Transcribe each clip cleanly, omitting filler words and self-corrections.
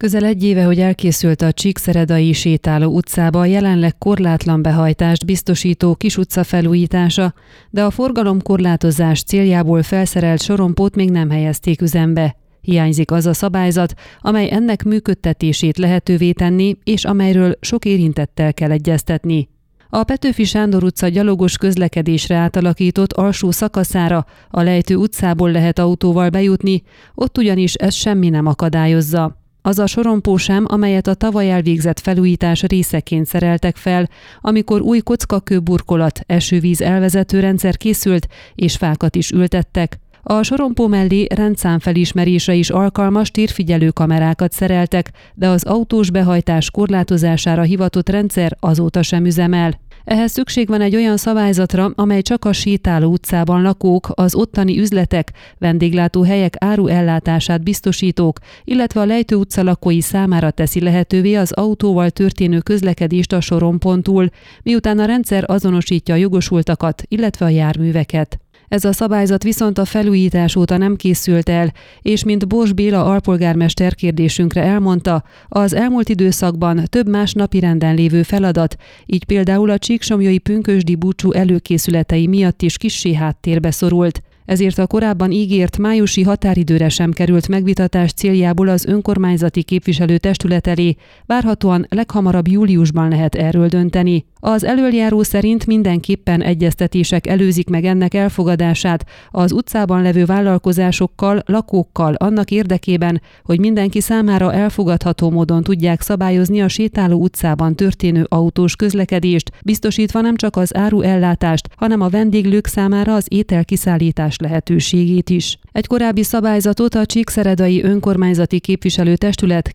Közel egy éve, hogy elkészült a Csíkszeredai sétáló utcába jelenleg korlátlan behajtást biztosító kis utca felújítása, de a forgalomkorlátozás céljából felszerelt sorompót még nem helyezték üzembe. Hiányzik az a szabályzat, amely ennek működtetését lehetővé tenni, és amelyről sok érintettel kell egyeztetni. A Petőfi Sándor utca gyalogos közlekedésre átalakított alsó szakaszára, a Lejtő utcából lehet autóval bejutni, ott ugyanis ez semmi nem akadályozza. Az a sorompó sem, amelyet a tavaly elvégzett felújítás részeként szereltek fel, amikor új kockakőburkolat, esővíz elvezető rendszer készült, és fákat is ültettek. A sorompó mellé rendszámfelismerésre is alkalmas térfigyelő kamerákat szereltek, de az autós behajtás korlátozására hivatott rendszer azóta sem üzemel. Ehhez szükség van egy olyan szabályzatra, amely csak a sétáló utcában lakók, az ottani üzletek, vendéglátóhelyek áruellátását biztosítók, illetve a Lejtő utca lakói számára teszi lehetővé az autóval történő közlekedést a sorompón túl, miután a rendszer azonosítja a jogosultakat, illetve a járműveket. Ez a szabályzat viszont a felújítás óta nem készült el, és mint Bors Béla alpolgármester kérdésünkre elmondta, az elmúlt időszakban több más napirenden lévő feladat, így például a csíksomlyai pünkösdi búcsú előkészületei miatt is kissé háttérbe szorult. Ezért a korábban ígért májusi határidőre sem került megvitatás céljából az önkormányzati képviselőtestület elé, várhatóan leghamarabb júliusban lehet erről dönteni. Az elöljáró szerint mindenképpen egyeztetések előzik meg ennek elfogadását az utcában levő vállalkozásokkal, lakókkal annak érdekében, hogy mindenki számára elfogadható módon tudják szabályozni a sétáló utcában történő autós közlekedést, biztosítva nem csak az áruellátást, hanem a vendéglők számára az ételkiszállítás lehetőségét is. Egy korábbi szabályzatot a Csíkszeredai önkormányzati képviselőtestület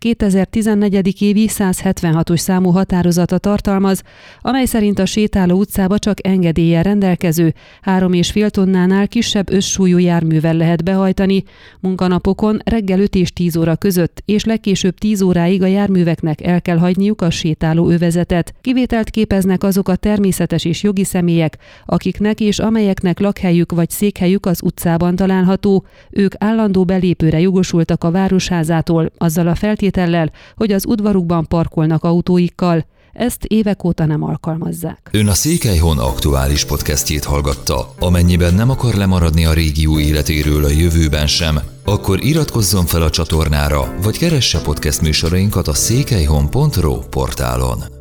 2014. évi 176-os számú határozata tartalmaz, amely szerint a sétáló utcába csak engedéllyel rendelkező 3,5 tonnánál kisebb összsúlyú járművel lehet behajtani, munkanapokon reggel 5 és 10 óra között, és legkésőbb 10 óráig a járműveknek el kell hagyniuk a sétáló övezetet. Kivételt képeznek azok a természetes és jogi személyek, akiknek és amelyeknek lakhelyük vagy székhelyük az utcában található, ők állandó belépőre jogosultak a városházától, azzal a feltétellel, hogy az udvarukban parkolnak autóikkal. Ezt évek óta nem alkalmazzák. Ön a Székelyhon aktuális podcastjét hallgatta. Amennyiben nem akar lemaradni a régió életéről a jövőben sem, akkor iratkozzon fel a csatornára, vagy keresse podcast műsorainkat a székelyhon.ro portálon.